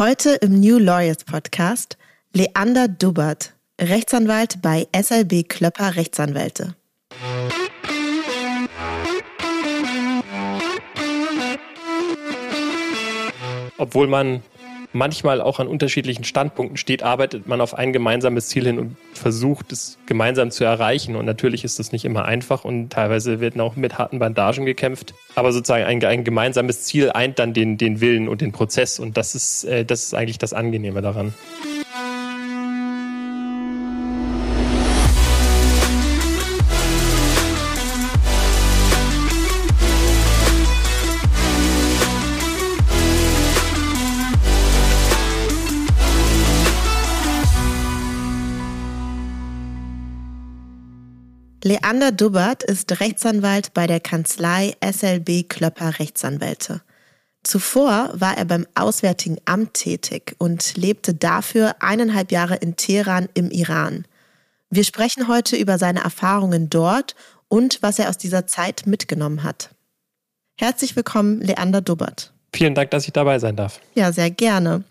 Heute im New Lawyers Podcast Leander Dubbert, Rechtsanwalt bei SLB Klöpper Rechtsanwälte. Obwohl man manchmal auch an unterschiedlichen Standpunkten steht, arbeitet man auf ein gemeinsames Ziel hin und versucht, es gemeinsam zu erreichen. Und natürlich ist das nicht immer einfach und teilweise wird auch mit harten Bandagen gekämpft. Aber sozusagen ein gemeinsames Ziel eint dann den Willen und den Prozess. Und das ist eigentlich das Angenehme daran. Leander Dubbert ist Rechtsanwalt bei der Kanzlei SLB Klöpper Rechtsanwälte. Zuvor war er beim Auswärtigen Amt tätig und lebte dafür 1,5 Jahre in Teheran im Iran. Wir sprechen heute über seine Erfahrungen dort und was er aus dieser Zeit mitgenommen hat. Herzlich willkommen, Leander Dubbert. Vielen Dank, dass ich dabei sein darf. Ja, sehr gerne.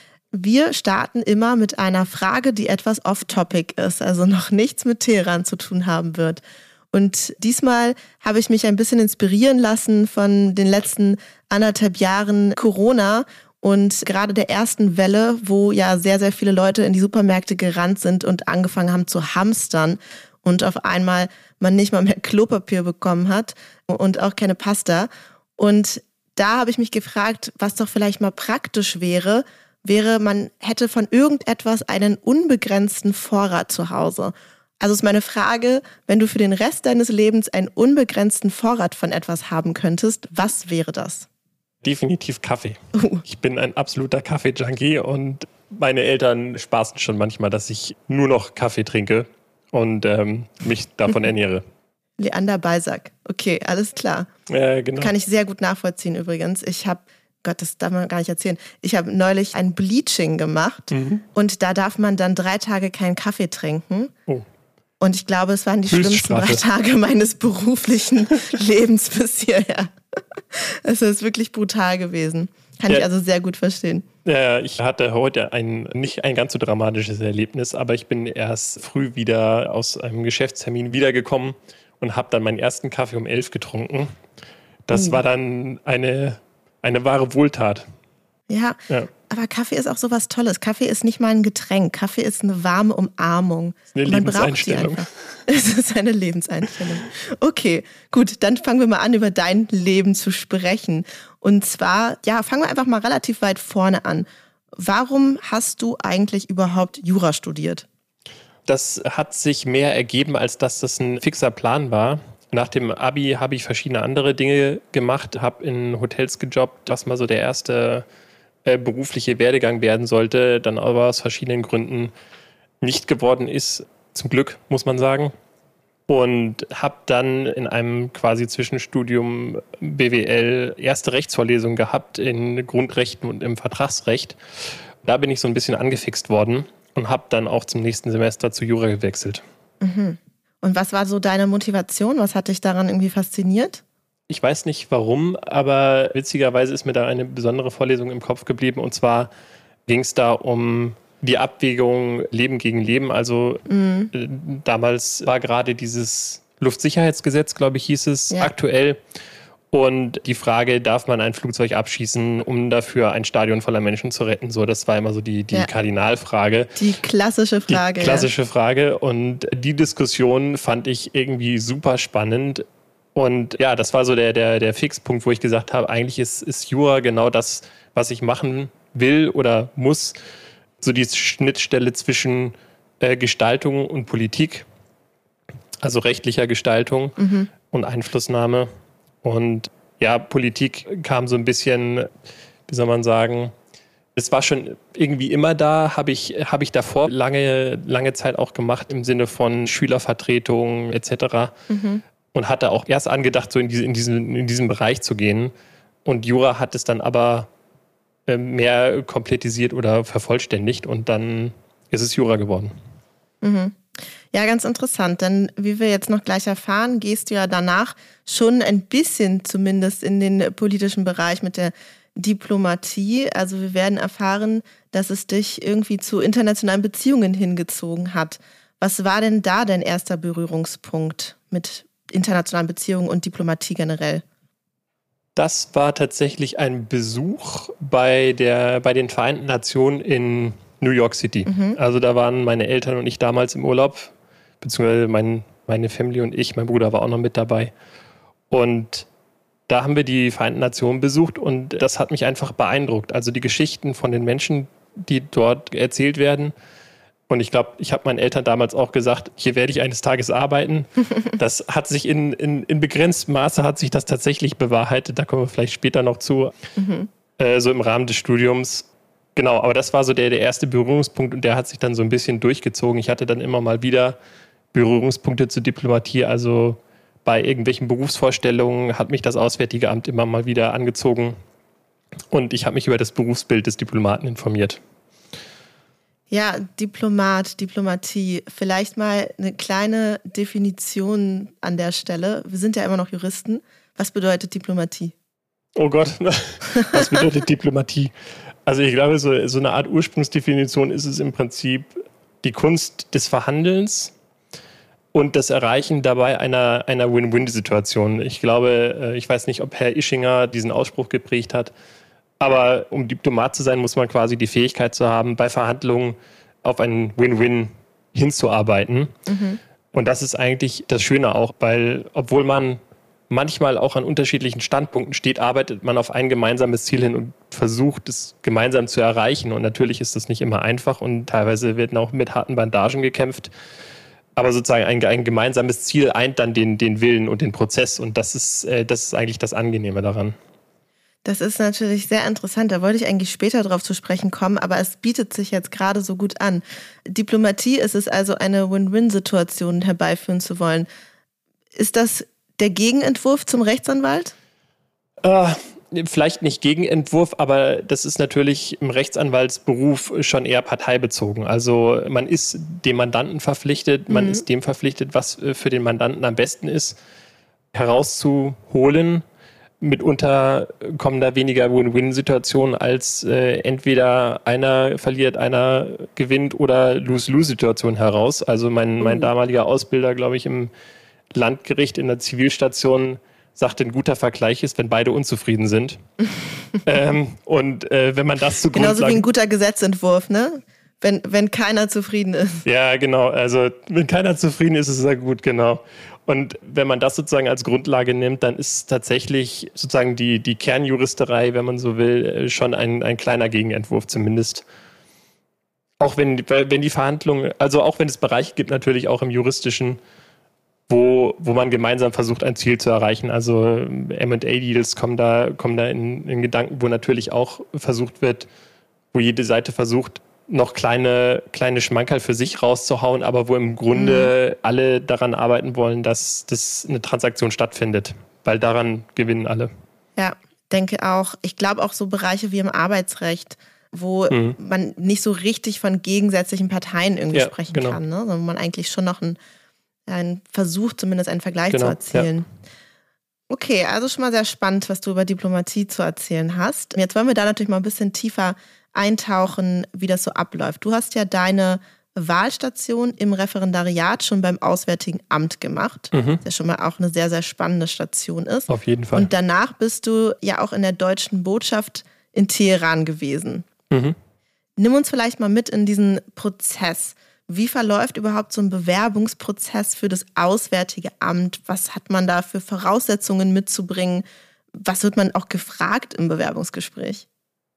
Wir starten immer mit einer Frage, die etwas off-topic ist, also noch nichts mit Teheran zu tun haben wird. Und diesmal habe ich mich ein bisschen inspirieren lassen von den letzten 1,5 Jahren Corona und gerade der ersten Welle, wo ja sehr, sehr viele Leute in die Supermärkte gerannt sind und angefangen haben zu hamstern und auf einmal man nicht mal mehr Klopapier bekommen hat und auch keine Pasta. Und da habe ich mich gefragt, was doch vielleicht mal praktisch wäre, man hätte von irgendetwas einen unbegrenzten Vorrat zu Hause. Also ist meine Frage, wenn du für den Rest deines Lebens einen unbegrenzten Vorrat von etwas haben könntest, was wäre das? Definitiv Kaffee. Ich bin ein absoluter Kaffee-Junkie und meine Eltern spaßen schon manchmal, dass ich nur noch Kaffee trinke und mich davon ernähre. Leander Balzac. Okay, alles klar. Genau. Kann ich sehr gut nachvollziehen übrigens. Das darf man gar nicht erzählen. Ich habe neulich ein Bleaching gemacht und da darf man dann 3 Tage keinen Kaffee trinken. Oh. Und ich glaube, es waren die schlimmsten 3 Tage meines beruflichen Lebens bis hierher. Es ist wirklich brutal gewesen. Kann ich also sehr gut verstehen. Ja, ich hatte heute nicht ein ganz so dramatisches Erlebnis, aber ich bin erst früh wieder aus einem Geschäftstermin wiedergekommen und habe dann meinen ersten Kaffee um 11 getrunken. Das war dann eine wahre Wohltat. Ja, aber Kaffee ist auch sowas Tolles. Kaffee ist nicht mal ein Getränk. Kaffee ist eine warme Umarmung. Eine Lebenseinstellung. Es ist eine Lebenseinstellung. Okay, gut, dann fangen wir mal an, über dein Leben zu sprechen. Und zwar, fangen wir einfach mal relativ weit vorne an. Warum hast du eigentlich überhaupt Jura studiert? Das hat sich mehr ergeben, als dass das ein fixer Plan war. Nach dem Abi habe ich verschiedene andere Dinge gemacht, habe in Hotels gejobbt, was mal so der erste berufliche Werdegang werden sollte, dann aber aus verschiedenen Gründen nicht geworden ist, zum Glück, muss man sagen. Und habe dann in einem quasi Zwischenstudium BWL erste Rechtsvorlesung gehabt in Grundrechten und im Vertragsrecht. Da bin ich so ein bisschen angefixt worden und habe dann auch zum nächsten Semester zu Jura gewechselt. Mhm. Und was war so deine Motivation? Was hat dich daran irgendwie fasziniert? Ich weiß nicht warum, aber witzigerweise ist mir da eine besondere Vorlesung im Kopf geblieben. Und zwar ging es da um die Abwägung Leben gegen Leben. Also damals war gerade dieses Luftsicherheitsgesetz, glaube ich, hieß es, aktuell. Und die Frage, darf man ein Flugzeug abschießen, um dafür ein Stadion voller Menschen zu retten? So, das war immer so die Kardinalfrage. Die klassische Frage. Und die Diskussion fand ich irgendwie super spannend. Und ja, das war so der Fixpunkt, wo ich gesagt habe, eigentlich ist Jura genau das, was ich machen will oder muss. So die Schnittstelle zwischen Gestaltung und Politik, also rechtlicher Gestaltung und Einflussnahme. Und ja, Politik kam so ein bisschen, wie soll man sagen, es war schon irgendwie immer da, habe ich davor lange Zeit auch gemacht im Sinne von Schülervertretung etc. Und hatte auch erst angedacht, so in diesen Bereich zu gehen. Und Jura hat es dann aber mehr komplettisiert oder vervollständigt und dann ist es Jura geworden. Mhm. Ja, ganz interessant, denn wie wir jetzt noch gleich erfahren, gehst du ja danach schon ein bisschen zumindest in den politischen Bereich mit der Diplomatie. Also wir werden erfahren, dass es dich irgendwie zu internationalen Beziehungen hingezogen hat. Was war denn da dein erster Berührungspunkt mit internationalen Beziehungen und Diplomatie generell? Das war tatsächlich ein Besuch bei den Vereinten Nationen in New York City. Also da waren meine Eltern und ich damals im Urlaub, beziehungsweise meine Family und ich, mein Bruder war auch noch mit dabei. Und da haben wir die Vereinten Nationen besucht und das hat mich einfach beeindruckt. Also die Geschichten von den Menschen, die dort erzählt werden. Und ich glaube, ich habe meinen Eltern damals auch gesagt, hier werde ich eines Tages arbeiten. Das hat sich in begrenztem Maße hat sich das tatsächlich bewahrheitet. Da kommen wir vielleicht später noch zu, so im Rahmen des Studiums. Genau, aber das war so der erste Berührungspunkt und der hat sich dann so ein bisschen durchgezogen. Ich hatte dann immer mal wieder Berührungspunkte zur Diplomatie. Also bei irgendwelchen Berufsvorstellungen hat mich das Auswärtige Amt immer mal wieder angezogen. Und ich habe mich über das Berufsbild des Diplomaten informiert. Ja, Diplomatie. Vielleicht mal eine kleine Definition an der Stelle. Wir sind ja immer noch Juristen. Was bedeutet Diplomatie? Oh Gott, was bedeutet Diplomatie? Also ich glaube, so eine Art Ursprungsdefinition ist es im Prinzip die Kunst des Verhandelns und das Erreichen dabei einer Win-Win-Situation. Ich glaube, ich weiß nicht, ob Herr Ischinger diesen Ausspruch geprägt hat, aber um Diplomat zu sein, muss man quasi die Fähigkeit zu haben, bei Verhandlungen auf einen Win-Win hinzuarbeiten. Und das ist eigentlich das Schöne auch, weil obwohl man manchmal auch an unterschiedlichen Standpunkten steht, arbeitet man auf ein gemeinsames Ziel hin und versucht, es gemeinsam zu erreichen. Und natürlich ist das nicht immer einfach und teilweise wird auch mit harten Bandagen gekämpft. Aber sozusagen ein gemeinsames Ziel eint dann den Willen und den Prozess. Und das ist eigentlich das Angenehme daran. Das ist natürlich sehr interessant. Da wollte ich eigentlich später drauf zu sprechen kommen, aber es bietet sich jetzt gerade so gut an. Diplomatie ist es also, eine Win-Win-Situation herbeiführen zu wollen. Ist das der Gegenentwurf zum Rechtsanwalt? Vielleicht nicht Gegenentwurf, aber das ist natürlich im Rechtsanwaltsberuf schon eher parteibezogen. Also man ist dem Mandanten verpflichtet, man ist dem verpflichtet, was für den Mandanten am besten ist, herauszuholen. Mitunter kommen da weniger Win-Win-Situationen als entweder einer verliert, einer gewinnt oder Lose-Lose-Situationen heraus. Also mein damaliger Ausbilder, glaube ich, im Landgericht in der Zivilstation sagte, ein guter Vergleich ist, wenn beide unzufrieden sind. Wenn man das zu Genauso wie ein guter Gesetzentwurf, ne? Wenn keiner zufrieden ist. Ja, genau. Also wenn keiner zufrieden ist, ist es sehr gut, genau. Und wenn man das sozusagen als Grundlage nimmt, dann ist tatsächlich sozusagen die Kernjuristerei, wenn man so will, schon ein kleiner Gegenentwurf zumindest. Auch wenn die Verhandlungen, also auch wenn es Bereiche gibt, natürlich auch im Juristischen, wo man gemeinsam versucht, ein Ziel zu erreichen. Also M&A-Deals kommen da in Gedanken, wo natürlich auch versucht wird, wo jede Seite versucht, noch kleine Schmankerl für sich rauszuhauen, aber wo im Grunde alle daran arbeiten wollen, dass eine Transaktion stattfindet, weil daran gewinnen alle. Ja, denke auch. Ich glaube auch so Bereiche wie im Arbeitsrecht, wo man nicht so richtig von gegensätzlichen Parteien irgendwie sprechen kann, ne? Sondern wo man eigentlich schon noch einen Versuch, zumindest einen Vergleich zu erzielen. Ja. Okay, also schon mal sehr spannend, was du über Diplomatie zu erzählen hast. Jetzt wollen wir da natürlich mal ein bisschen tiefer eintauchen, wie das so abläuft. Du hast ja deine Wahlstation im Referendariat schon beim Auswärtigen Amt gemacht, was ja schon mal auch eine sehr, sehr spannende Station ist. Auf jeden Fall. Und danach bist du ja auch in der deutschen Botschaft in Teheran gewesen. Nimm uns vielleicht mal mit in diesen Prozess. Wie verläuft überhaupt so ein Bewerbungsprozess für das Auswärtige Amt? Was hat man da für Voraussetzungen mitzubringen? Was wird man auch gefragt im Bewerbungsgespräch?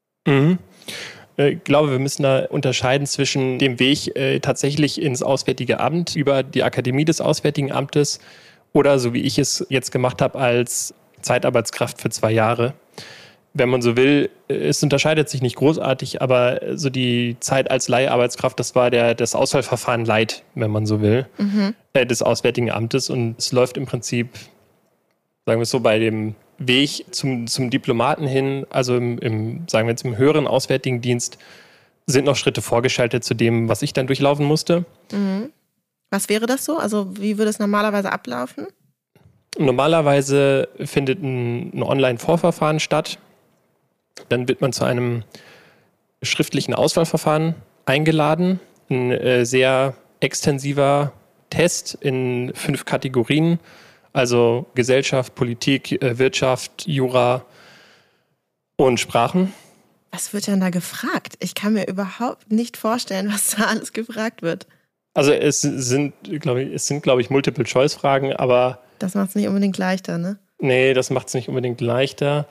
Ich glaube, wir müssen da unterscheiden zwischen dem Weg tatsächlich ins Auswärtige Amt über die Akademie des Auswärtigen Amtes oder so wie ich es jetzt gemacht habe als Zeitarbeitskraft für 2 Jahre. Wenn man so will, es unterscheidet sich nicht großartig, aber so die Zeit als Leiharbeitskraft, das war das Auswahlverfahren Light, wenn man so will, des Auswärtigen Amtes. Und es läuft im Prinzip, sagen wir es so, bei dem Weg zum Diplomaten hin, also sagen wir jetzt im höheren Auswärtigen Dienst, sind noch Schritte vorgeschaltet zu dem, was ich dann durchlaufen musste. Was wäre das so? Also wie würde es normalerweise ablaufen? Normalerweise findet ein Online-Vorverfahren statt. Dann wird man zu einem schriftlichen Auswahlverfahren eingeladen. Ein sehr extensiver Test in 5 Kategorien, also Gesellschaft, Politik, Wirtschaft, Jura und Sprachen. Was wird denn da gefragt? Ich kann mir überhaupt nicht vorstellen, was da alles gefragt wird. Also es sind, glaube ich, Multiple-Choice-Fragen, aber... Das macht es nicht unbedingt leichter, ne? Nee, das macht es nicht unbedingt leichter.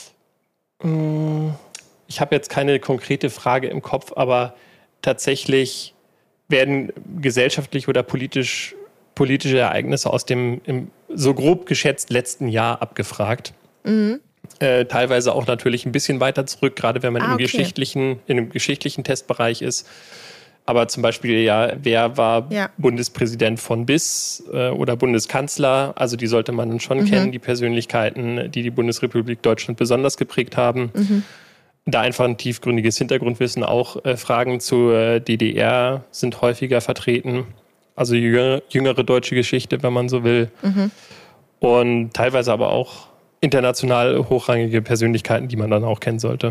Ich habe jetzt keine konkrete Frage im Kopf, aber tatsächlich werden gesellschaftlich oder politische Ereignisse aus dem so grob geschätzt letzten Jahr abgefragt. Mhm. Teilweise auch natürlich ein bisschen weiter zurück, gerade wenn man im geschichtlichen Testbereich ist. Aber zum Beispiel, wer war Bundespräsident von bis oder Bundeskanzler? Also die sollte man dann schon kennen, die Persönlichkeiten, die Bundesrepublik Deutschland besonders geprägt haben. Mhm. Da einfach ein tiefgründiges Hintergrundwissen. Auch Fragen zur DDR sind häufiger vertreten. Also jüngere deutsche Geschichte, wenn man so will. Mhm. Und teilweise aber auch international hochrangige Persönlichkeiten, die man dann auch kennen sollte.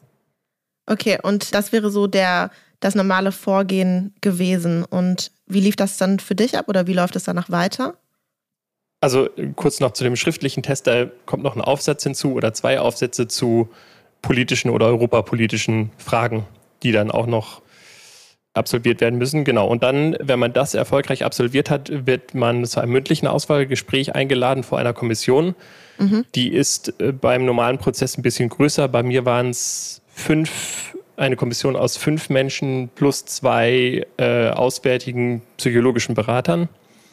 Okay, und das wäre so das normale Vorgehen gewesen. Und wie lief das dann für dich ab oder wie läuft es danach weiter? Also kurz noch zu dem schriftlichen Test, da kommt noch ein Aufsatz hinzu oder 2 Aufsätze zu politischen oder europapolitischen Fragen, die dann auch noch absolviert werden müssen. Genau. Und dann, wenn man das erfolgreich absolviert hat, wird man zu einem mündlichen Auswahlgespräch eingeladen vor einer Kommission. Mhm. Die ist beim normalen Prozess ein bisschen größer. Bei mir waren es eine Kommission aus 5 Menschen plus 2 auswärtigen psychologischen Beratern,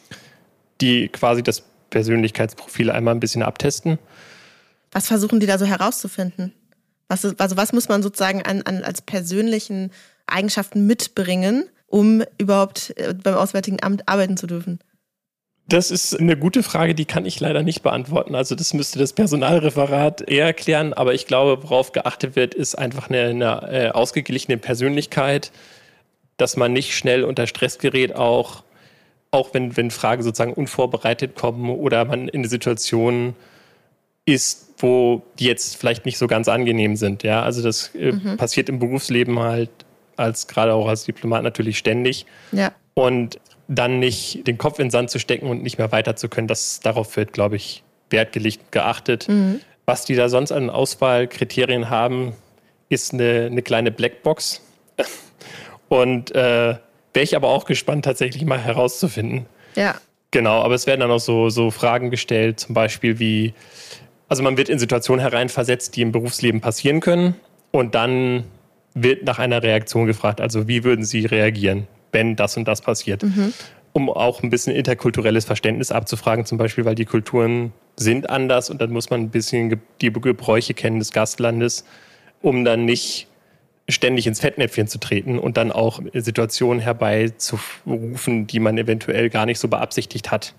die quasi das Persönlichkeitsprofil einmal ein bisschen abtesten. Was versuchen die da so herauszufinden? Was muss man sozusagen als persönlichen Eigenschaften mitbringen, um überhaupt beim Auswärtigen Amt arbeiten zu dürfen? Das ist eine gute Frage, die kann ich leider nicht beantworten. Also das müsste das Personalreferat eher erklären. Aber ich glaube, worauf geachtet wird, ist einfach eine ausgeglichene Persönlichkeit, dass man nicht schnell unter Stress gerät, auch wenn Fragen sozusagen unvorbereitet kommen oder man in eine Situation ist, wo die jetzt vielleicht nicht so ganz angenehm sind. Ja? Also das passiert im Berufsleben halt gerade auch als Diplomat natürlich ständig. Ja. Und dann nicht den Kopf in den Sand zu stecken und nicht mehr weiter zu können, darauf wird, glaube ich, Wert gelegt, geachtet. Mhm. Was die da sonst an Auswahlkriterien haben, ist eine kleine Blackbox. Und wäre ich aber auch gespannt, tatsächlich mal herauszufinden. Ja. Genau, aber es werden dann auch so Fragen gestellt, zum Beispiel also man wird in Situationen hereinversetzt, die im Berufsleben passieren können. Und dann wird nach einer Reaktion gefragt. Also wie würden Sie reagieren, wenn das und das passiert? Mhm. Um auch ein bisschen interkulturelles Verständnis abzufragen, zum Beispiel, weil die Kulturen sind anders und dann muss man ein bisschen die Gebräuche kennen des Gastlandes, um dann nicht ständig ins Fettnäpfchen zu treten und dann auch Situationen herbeizurufen, die man eventuell gar nicht so beabsichtigt hat.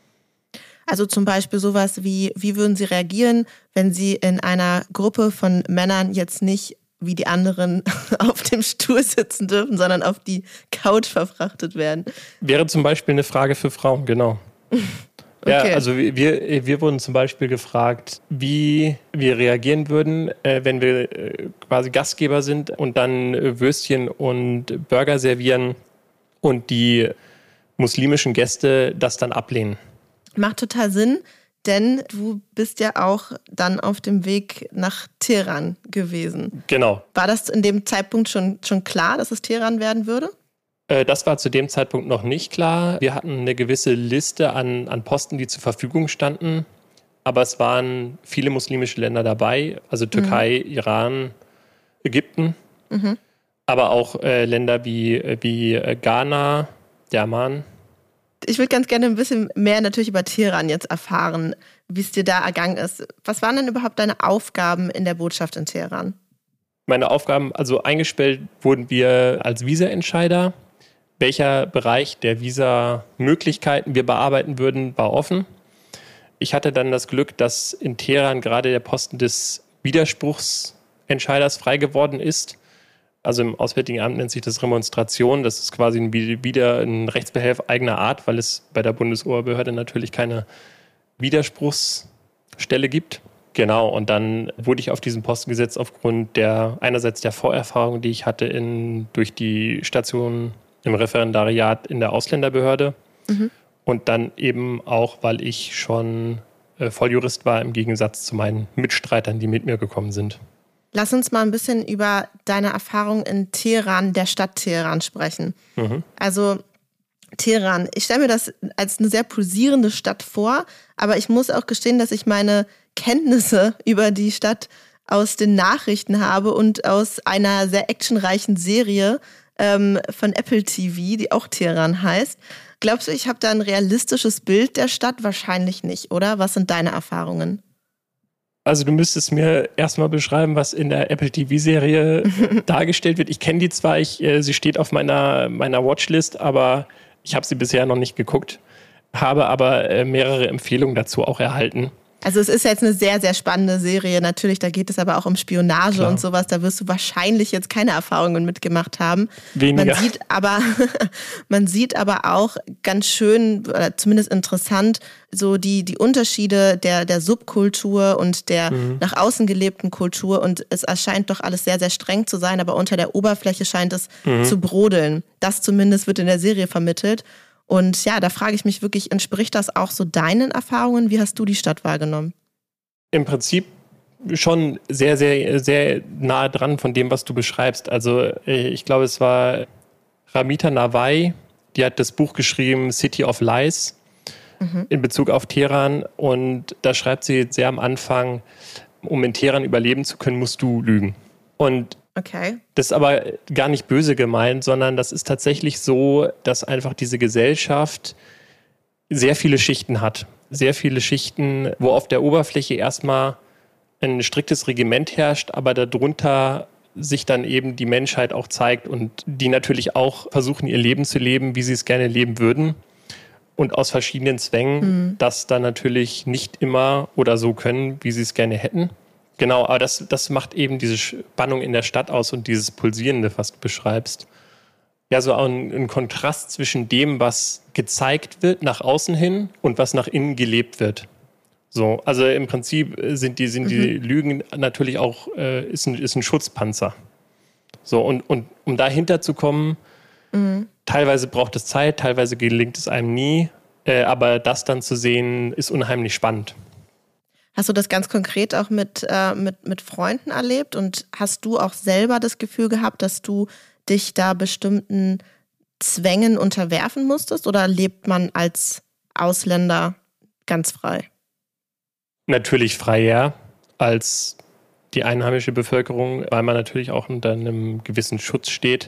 Also zum Beispiel sowas wie würden Sie reagieren, wenn Sie in einer Gruppe von Männern jetzt nicht wie die anderen auf dem Stuhl sitzen dürfen, sondern auf die Couch verfrachtet werden? Wäre zum Beispiel eine Frage für Frauen, genau. Okay. Ja, also wir wurden zum Beispiel gefragt, wie wir reagieren würden, wenn wir quasi Gastgeber sind und dann Würstchen und Burger servieren und die muslimischen Gäste das dann ablehnen. Macht total Sinn, denn du bist ja auch dann auf dem Weg nach Teheran gewesen. Genau. War das in dem Zeitpunkt schon klar, dass es Teheran werden würde? Das war zu dem Zeitpunkt noch nicht klar. Wir hatten eine gewisse Liste an Posten, die zur Verfügung standen. Aber es waren viele muslimische Länder dabei, also Türkei, Iran, Ägypten. Mhm. Aber auch Länder wie Ghana, Oman. Ich würde ganz gerne ein bisschen mehr natürlich über Teheran jetzt erfahren, wie es dir da ergangen ist. Was waren denn überhaupt deine Aufgaben in der Botschaft in Teheran? Meine Aufgaben, also eingestellt wurden wir als Visa-Entscheider. Welcher Bereich der Visa-Möglichkeiten wir bearbeiten würden, war offen. Ich hatte dann das Glück, dass in Teheran gerade der Posten des Widerspruchsentscheiders frei geworden ist. Also im Auswärtigen Amt nennt sich das Remonstration. Das ist quasi wieder ein Rechtsbehelf eigener Art, weil es bei der Bundesoberbehörde natürlich keine Widerspruchsstelle gibt. Genau, und dann wurde ich auf diesen Posten gesetzt aufgrund einerseits der Vorerfahrung, die ich hatte durch die Station im Referendariat in der Ausländerbehörde und dann eben auch, weil ich schon Volljurist war im Gegensatz zu meinen Mitstreitern, die mit mir gekommen sind. Lass uns mal ein bisschen über deine Erfahrung in Teheran, der Stadt Teheran, sprechen. Also Teheran, ich stelle mir das als eine sehr pulsierende Stadt vor, aber ich muss auch gestehen, dass ich meine Kenntnisse über die Stadt aus den Nachrichten habe und aus einer sehr actionreichen Serie von Apple TV, die auch Teheran heißt. Glaubst du, ich habe da ein realistisches Bild der Stadt? Wahrscheinlich nicht, oder? Was sind deine Erfahrungen? Also du müsstest mir erstmal beschreiben, was in der Apple TV-Serie dargestellt wird. Ich kenne die zwar, sie steht auf meiner Watchlist, aber ich habe sie bisher noch nicht geguckt, habe aber mehrere Empfehlungen dazu auch erhalten. Also es ist jetzt eine sehr, sehr spannende Serie. Natürlich, da geht es aber auch um Spionage Klar. und sowas. Da wirst du wahrscheinlich jetzt keine Erfahrungen mitgemacht haben. Weniger. Man sieht aber auch ganz schön, oder zumindest interessant, so die Unterschiede der Subkultur und der nach außen gelebten Kultur. Und es erscheint doch alles sehr, sehr streng zu sein, aber unter der Oberfläche scheint es zu brodeln. Das zumindest wird in der Serie vermittelt. Und ja, da frage ich mich wirklich, entspricht das auch so deinen Erfahrungen? Wie hast du die Stadt wahrgenommen? Im Prinzip schon sehr, sehr, sehr nahe dran von dem, was du beschreibst. Also ich glaube, es war Ramita Nawai, die hat das Buch geschrieben, City of Lies, in Bezug auf Teheran. Und da schreibt sie sehr am Anfang, um in Teheran überleben zu können, musst du lügen. Und okay. Das ist aber gar nicht böse gemeint, sondern das ist tatsächlich so, dass einfach diese Gesellschaft sehr viele Schichten hat. Sehr viele Schichten, wo auf der Oberfläche erstmal ein striktes Regiment herrscht, aber darunter sich dann eben die Menschheit auch zeigt und die natürlich auch versuchen, ihr Leben zu leben, wie sie es gerne leben würden. Und aus verschiedenen Zwängen das dann natürlich nicht immer oder so können, wie sie es gerne hätten. Genau, aber das macht eben diese Spannung in der Stadt aus und dieses Pulsierende, was du beschreibst. Ja, so auch ein Kontrast zwischen dem, was gezeigt wird nach außen hin und was nach innen gelebt wird. So, also im Prinzip sind die Lügen natürlich auch, ist ein Schutzpanzer. So, und um dahinter zu kommen, teilweise braucht es Zeit, teilweise gelingt es einem nie, aber das dann zu sehen, ist unheimlich spannend. Hast du das ganz konkret auch mit Freunden erlebt und hast du auch selber das Gefühl gehabt, dass du dich da bestimmten Zwängen unterwerfen musstest oder lebt man als Ausländer ganz frei? Natürlich freier als die einheimische Bevölkerung, weil man natürlich auch unter einem gewissen Schutz steht.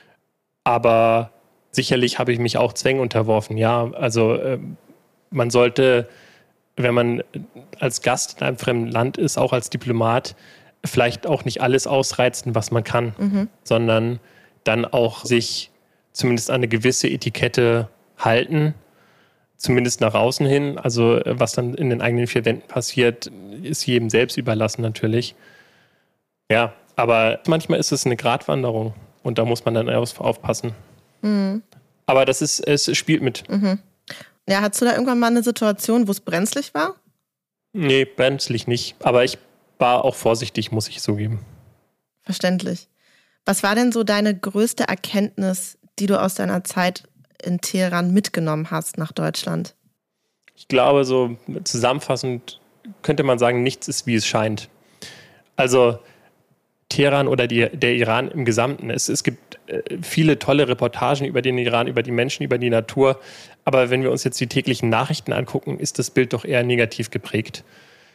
Aber sicherlich habe ich mich auch Zwängen unterworfen. Ja, also man sollte, wenn man als Gast in einem fremden Land ist, auch als Diplomat, vielleicht auch nicht alles ausreizen, was man kann, sondern dann auch sich zumindest an eine gewisse Etikette halten, zumindest nach außen hin. Also was dann in den eigenen vier Wänden passiert, ist jedem selbst überlassen natürlich. Ja, aber manchmal ist es eine Gratwanderung und da muss man dann aufpassen. Aber es spielt mit. Ja, hattest du da irgendwann mal eine Situation, wo es brenzlig war? Nee, brenzlig nicht. Aber ich war auch vorsichtig, muss ich zugeben. Verständlich. Was war denn so deine größte Erkenntnis, die du aus deiner Zeit in Teheran mitgenommen hast nach Deutschland? Ich glaube, so zusammenfassend könnte man sagen, nichts ist, wie es scheint. Also Teheran oder der Iran im Gesamten. Es gibt viele tolle Reportagen über den Iran, über die Menschen, über die Natur. Aber wenn wir uns jetzt die täglichen Nachrichten angucken, ist das Bild doch eher negativ geprägt.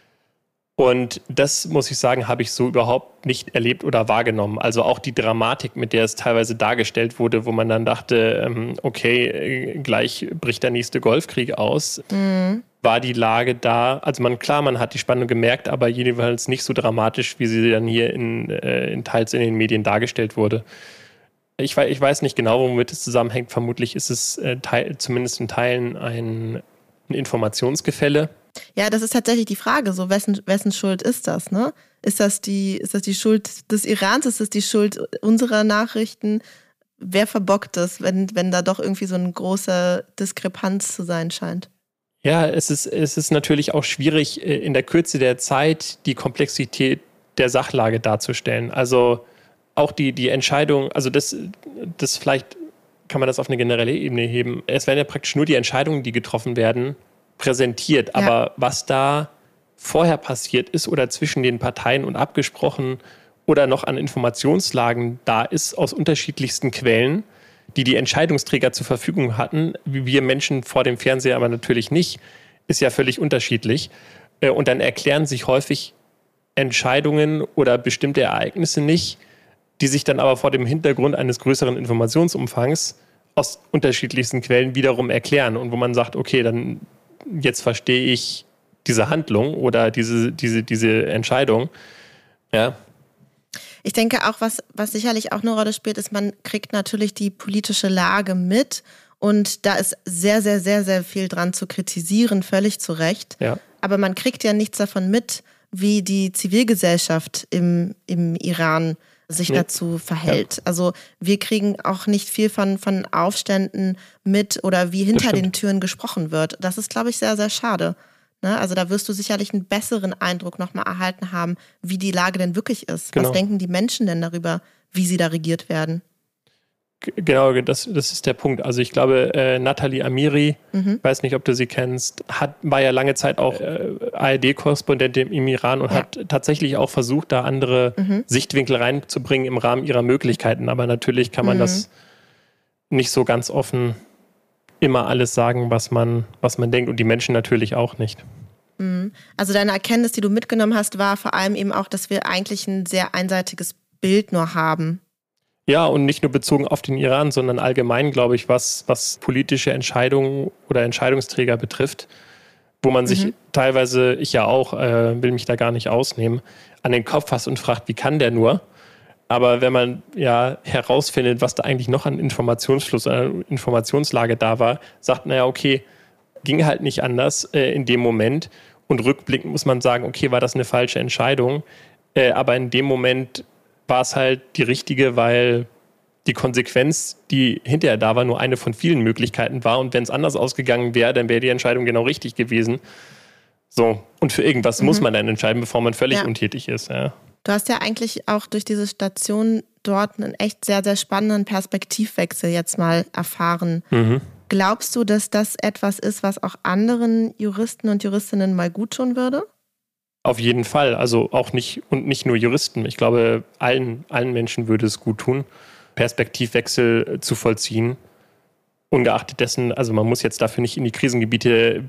Und das, muss ich sagen, habe ich so überhaupt nicht erlebt oder wahrgenommen. Also auch die Dramatik, mit der es teilweise dargestellt wurde, wo man dann dachte, okay, gleich bricht der nächste Golfkrieg aus. War die Lage da, also man hat die Spannung gemerkt, aber jedenfalls nicht so dramatisch, wie sie dann hier teils in den Medien dargestellt wurde. Ich weiß nicht genau, womit es zusammenhängt. Vermutlich ist es zumindest in Teilen ein Informationsgefälle. Ja, das ist tatsächlich die Frage, so wessen Schuld ist das, ne? Ist das die Schuld des Irans? Ist das die Schuld unserer Nachrichten? Wer verbockt das, wenn da doch irgendwie so eine große Diskrepanz zu sein scheint? Ja, es ist natürlich auch schwierig, in der Kürze der Zeit die Komplexität der Sachlage darzustellen. Also auch die Entscheidung, also das vielleicht kann man das auf eine generelle Ebene heben. Es werden ja praktisch nur die Entscheidungen, die getroffen werden, präsentiert. Ja. Aber was da vorher passiert ist oder zwischen den Parteien und abgesprochen oder noch an Informationslagen da ist aus unterschiedlichsten Quellen, die Entscheidungsträger zur Verfügung hatten, wie wir Menschen vor dem Fernseher aber natürlich nicht, ist ja völlig unterschiedlich. Und dann erklären sich häufig Entscheidungen oder bestimmte Ereignisse nicht, die sich dann aber vor dem Hintergrund eines größeren Informationsumfangs aus unterschiedlichsten Quellen wiederum erklären. Und wo man sagt, okay, dann jetzt verstehe ich diese Handlung oder diese Entscheidung. Ja. Ich denke auch, was sicherlich auch eine Rolle spielt, ist, man kriegt natürlich die politische Lage mit und da ist sehr, sehr, sehr, sehr viel dran zu kritisieren, völlig zu Recht. Ja. Aber man kriegt ja nichts davon mit, wie die Zivilgesellschaft im Iran sich dazu verhält. Ja. Also wir kriegen auch nicht viel von Aufständen mit oder wie hinter den Türen gesprochen wird. Das ist, glaube ich, sehr, sehr schade. Ne? Also da wirst du sicherlich einen besseren Eindruck nochmal erhalten haben, wie die Lage denn wirklich ist. Genau. Was denken die Menschen denn darüber, wie sie da regiert werden? Genau, das ist der Punkt. Also ich glaube, Nathalie Amiri, weiß nicht, ob du sie kennst, war ja lange Zeit auch ARD-Korrespondentin im Iran und hat tatsächlich auch versucht, da andere Sichtwinkel reinzubringen im Rahmen ihrer Möglichkeiten. Aber natürlich kann man das nicht so ganz offen immer alles sagen, was man denkt und die Menschen natürlich auch nicht. Also deine Erkenntnis, die du mitgenommen hast, war vor allem eben auch, dass wir eigentlich ein sehr einseitiges Bild nur haben. Ja, und nicht nur bezogen auf den Iran, sondern allgemein, glaube ich, was politische Entscheidungen oder Entscheidungsträger betrifft, wo man sich teilweise, ich ja auch, will mich da gar nicht ausnehmen, an den Kopf fasst und fragt, wie kann der nur? Aber wenn man ja herausfindet, was da eigentlich noch an Informationsfluss, Informationslage da war, sagt, naja, okay, ging halt nicht anders in dem Moment. Und rückblickend muss man sagen, okay, war das eine falsche Entscheidung? Aber in dem Moment war es halt die richtige, weil die Konsequenz, die hinterher da war, nur eine von vielen Möglichkeiten war. Und wenn es anders ausgegangen wäre, dann wäre die Entscheidung genau richtig gewesen. So, und für irgendwas muss man dann entscheiden, bevor man völlig untätig ist. Ja. Du hast ja eigentlich auch durch diese Station dort einen echt sehr, sehr spannenden Perspektivwechsel jetzt mal erfahren. Glaubst du, dass das etwas ist, was auch anderen Juristen und Juristinnen mal gut tun würde? Auf jeden Fall, also auch nicht nur Juristen. Ich glaube, allen Menschen würde es gut tun, Perspektivwechsel zu vollziehen. Ungeachtet dessen, also man muss jetzt dafür nicht in die Krisengebiete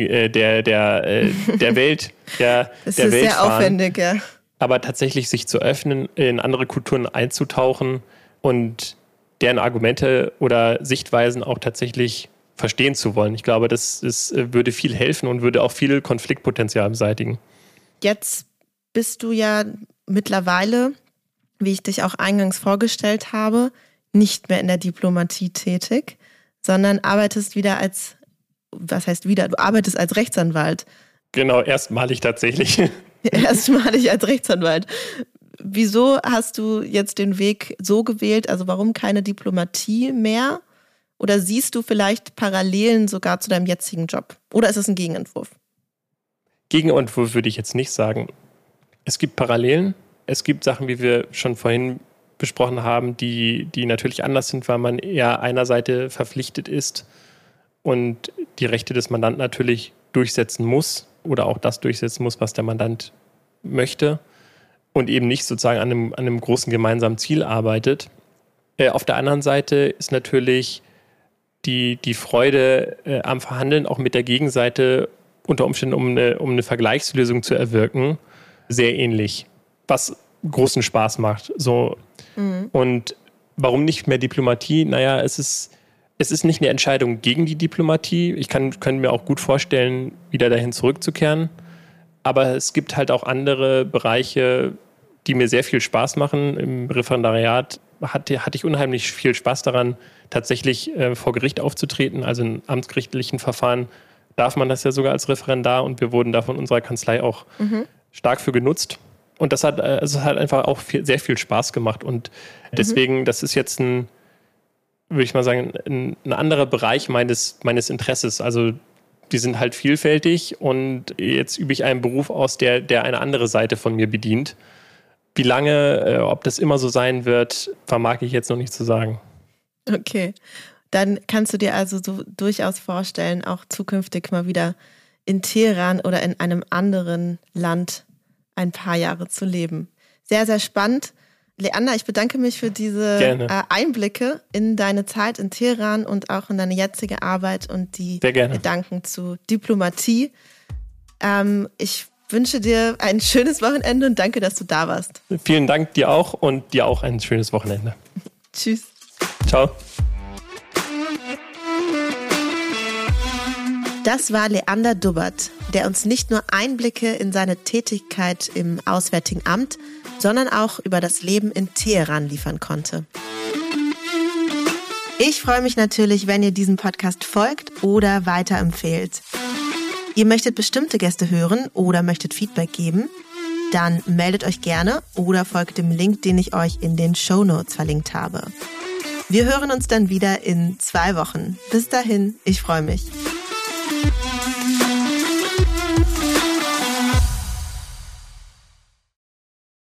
der Welt, der das Welt ist sehr fahren, aufwendig, ja. Aber tatsächlich sich zu öffnen, in andere Kulturen einzutauchen und deren Argumente oder Sichtweisen auch tatsächlich verstehen zu wollen. Ich glaube, das würde viel helfen und würde auch viel Konfliktpotenzial beseitigen. Jetzt bist du ja mittlerweile, wie ich dich auch eingangs vorgestellt habe, nicht mehr in der Diplomatie tätig, sondern arbeitest wieder du arbeitest als Rechtsanwalt. Genau, erstmalig tatsächlich. Erstmalig als Rechtsanwalt. Wieso hast du jetzt den Weg so gewählt? Also warum keine Diplomatie mehr? Oder siehst du vielleicht Parallelen sogar zu deinem jetzigen Job? Oder ist es ein Gegenentwurf? Gegenentwurf würde ich jetzt nicht sagen. Es gibt Parallelen. Es gibt Sachen, wie wir schon vorhin besprochen haben, die natürlich anders sind, weil man eher einer Seite verpflichtet ist und die Rechte des Mandanten natürlich durchsetzen muss oder auch das durchsetzen muss, was der Mandant möchte und eben nicht sozusagen an einem großen gemeinsamen Ziel arbeitet. Auf der anderen Seite ist natürlich die Freude am Verhandeln auch mit der Gegenseite unter Umständen, um eine Vergleichslösung zu erwirken, sehr ähnlich, was großen Spaß macht. So. Und warum nicht mehr Diplomatie? Naja, es ist nicht eine Entscheidung gegen die Diplomatie. Ich könnte mir auch gut vorstellen, wieder dahin zurückzukehren. Aber es gibt halt auch andere Bereiche, die mir sehr viel Spaß machen. Im Referendariat hatte ich unheimlich viel Spaß daran, tatsächlich vor Gericht aufzutreten, also in amtsgerichtlichen Verfahren darf man das ja sogar als Referendar und wir wurden da von unserer Kanzlei auch stark für genutzt. Und das hat einfach auch sehr viel Spaß gemacht. Und deswegen, das ist jetzt würde ich mal sagen, ein anderer Bereich meines Interesses. Also die sind halt vielfältig und jetzt übe ich einen Beruf aus, der eine andere Seite von mir bedient. Wie lange, ob das immer so sein wird, vermag ich jetzt noch nicht zu sagen. Okay, dann kannst du dir also so durchaus vorstellen, auch zukünftig mal wieder in Teheran oder in einem anderen Land ein paar Jahre zu leben. Sehr, sehr spannend. Leander, ich bedanke mich für diese Einblicke in deine Zeit in Teheran und auch in deine jetzige Arbeit und die Gedanken zu Diplomatie. Ich wünsche dir ein schönes Wochenende und danke, dass du da warst. Vielen Dank dir auch und dir auch ein schönes Wochenende. Tschüss. Ciao. Das war Leander Dubbert, der uns nicht nur Einblicke in seine Tätigkeit im Auswärtigen Amt, sondern auch über das Leben in Teheran liefern konnte. Ich freue mich natürlich, wenn ihr diesem Podcast folgt oder weiterempfehlt. Ihr möchtet bestimmte Gäste hören oder möchtet Feedback geben? Dann meldet euch gerne oder folgt dem Link, den ich euch in den Shownotes verlinkt habe. Wir hören uns dann wieder in 2 Wochen. Bis dahin, ich freue mich.